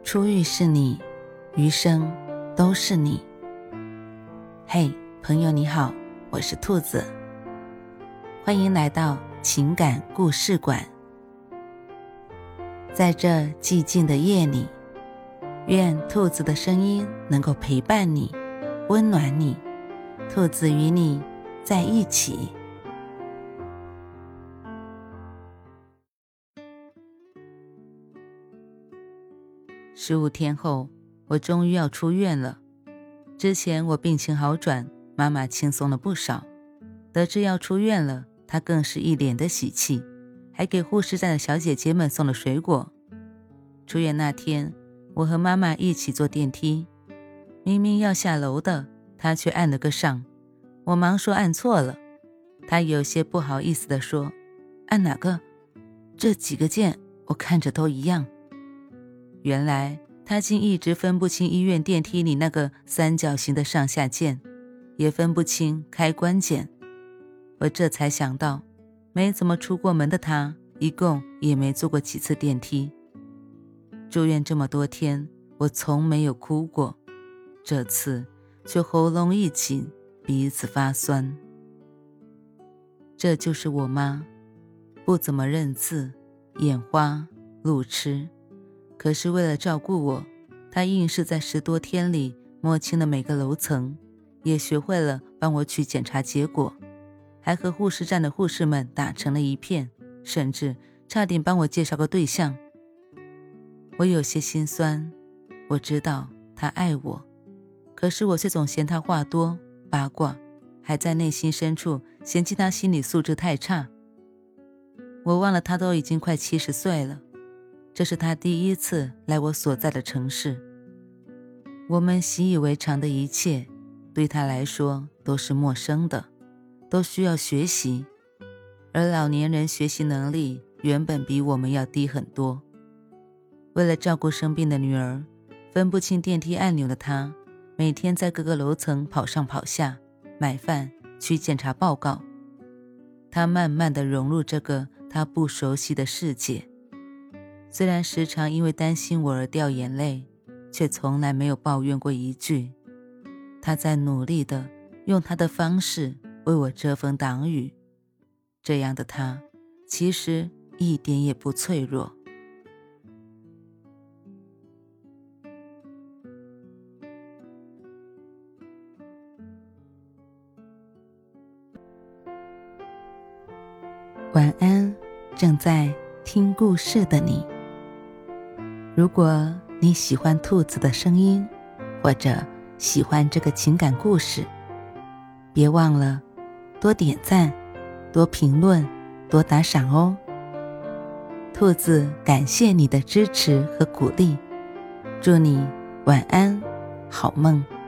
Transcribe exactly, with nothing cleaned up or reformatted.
初遇是你，余生都是你。嘿，朋友你好，我是兔子，欢迎来到情感故事馆。在这寂静的夜里，愿兔子的声音能够陪伴你，温暖你，兔子与你在一起。十五天后，我终于要出院了。之前我病情好转，妈妈轻松了不少。得知要出院了，她更是一脸的喜气，还给护士站的小姐姐们送了水果。出院那天，我和妈妈一起坐电梯，明明要下楼的，她却按了个上。我忙说按错了，她有些不好意思地说，按哪个？这几个键我看着都一样。原来他竟一直分不清医院电梯里那个三角形的上下键，也分不清开关键。我这才想到，没怎么出过门的他，一共也没坐过几次电梯。住院这么多天，我从没有哭过，这次却喉咙一紧，鼻子发酸。这就是我妈，不怎么认字，眼花，路痴。可是为了照顾我，他硬是在十多天里摸清了每个楼层，也学会了帮我取检查结果，还和护士站的护士们打成了一片，甚至差点帮我介绍个对象。我有些心酸，我知道他爱我，可是我却总嫌他话多八卦，还在内心深处嫌弃他心理素质太差。我忘了他都已经快七十岁了，这是他第一次来我所在的城市。我们习以为常的一切，对他来说都是陌生的，都需要学习。而老年人学习能力原本比我们要低很多。为了照顾生病的女儿，分不清电梯按钮的他，每天在各个楼层跑上跑下，买饭，取检查报告。他慢慢地融入这个他不熟悉的世界。虽然时常因为担心我而掉眼泪，却从来没有抱怨过一句。他在努力地用他的方式为我遮风挡雨。这样的他，其实一点也不脆弱。晚安，正在听故事的你。如果你喜欢兔子的声音，或者喜欢这个情感故事，别忘了多点赞，多评论，多打赏哦。兔子感谢你的支持和鼓励，祝你晚安，好梦。